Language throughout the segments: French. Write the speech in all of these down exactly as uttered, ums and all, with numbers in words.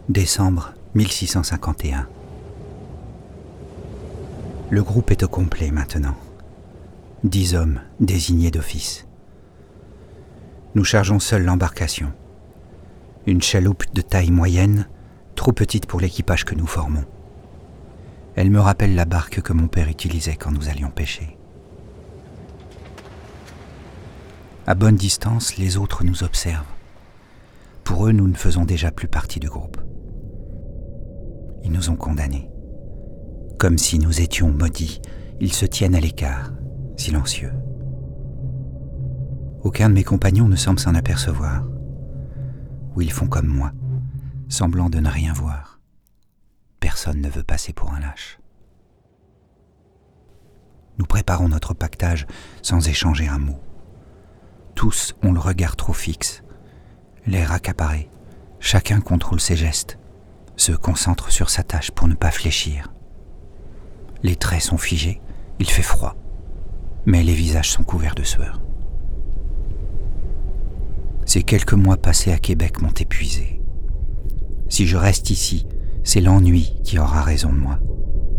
Décembre mille six cent cinquante et un. Le groupe est au complet maintenant. Dix hommes désignés d'office. Nous chargeons seuls l'embarcation. Une chaloupe de taille moyenne, trop petite pour l'équipage que nous formons. Elle me rappelle la barque que mon père utilisait quand nous allions pêcher. À bonne distance, les autres nous observent. Pour eux, nous ne faisons déjà plus partie du groupe. Ils nous ont condamnés. Comme si nous étions maudits, ils se tiennent à l'écart, silencieux. Aucun de mes compagnons ne semble s'en apercevoir. Ou ils font comme moi, semblant de ne rien voir. Personne ne veut passer pour un lâche. Nous préparons notre pactage sans échanger un mot. Tous ont le regard trop fixe, l'air accaparé. Chacun contrôle ses gestes, se concentre sur sa tâche pour ne pas fléchir. Les traits sont figés, il fait froid, mais les visages sont couverts de sueur. Ces quelques mois passés à Québec m'ont épuisé. Si je reste ici, c'est l'ennui qui aura raison de moi.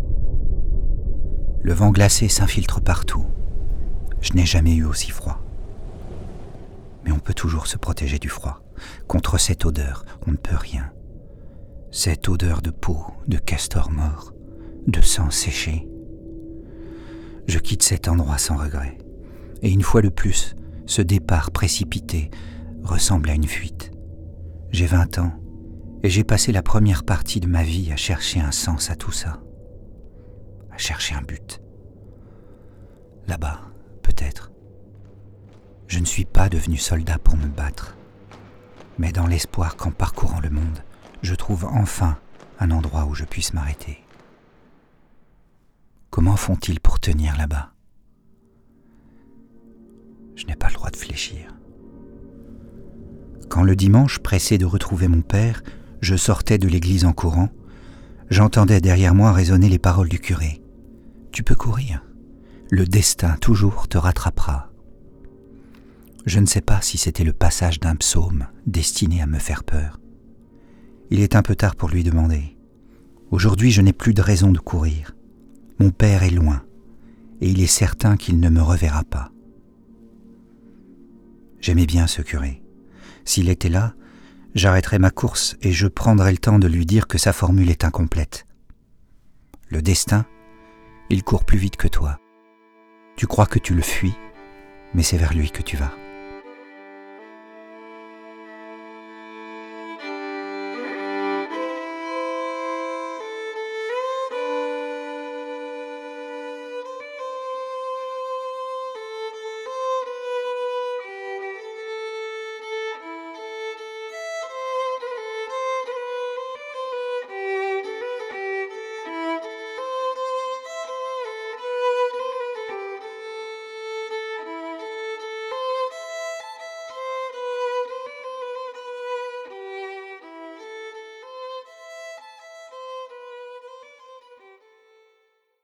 Le vent glacé s'infiltre partout. Je n'ai jamais eu aussi froid. Mais on peut toujours se protéger du froid. Contre cette odeur, on ne peut rien. Cette odeur de peau, de castor mort, de sang séché. Je quitte cet endroit sans regret. Et une fois de plus, ce départ précipité ressemble à une fuite. J'ai vingt ans et j'ai passé la première partie de ma vie à chercher un sens à tout ça. À chercher un but. Là-bas, peut-être. Je ne suis pas devenu soldat pour me battre, mais dans l'espoir qu'en parcourant le monde, je trouve enfin un endroit où je puisse m'arrêter. Comment font-ils pour tenir là-bas ? Je n'ai pas le droit de fléchir. Quand le dimanche, pressé de retrouver mon père, je sortais de l'église en courant, j'entendais derrière moi résonner les paroles du curé. « Tu peux courir, le destin toujours te rattrapera. » Je ne sais pas si c'était le passage d'un psaume destiné à me faire peur. Il est un peu tard pour lui demander. Aujourd'hui, je n'ai plus de raison de courir. Mon père est loin, et il est certain qu'il ne me reverra pas. J'aimais bien ce curé. S'il était là, j'arrêterais ma course et je prendrais le temps de lui dire que sa formule est incomplète. Le destin, il court plus vite que toi. Tu crois que tu le fuis, mais c'est vers lui que tu vas.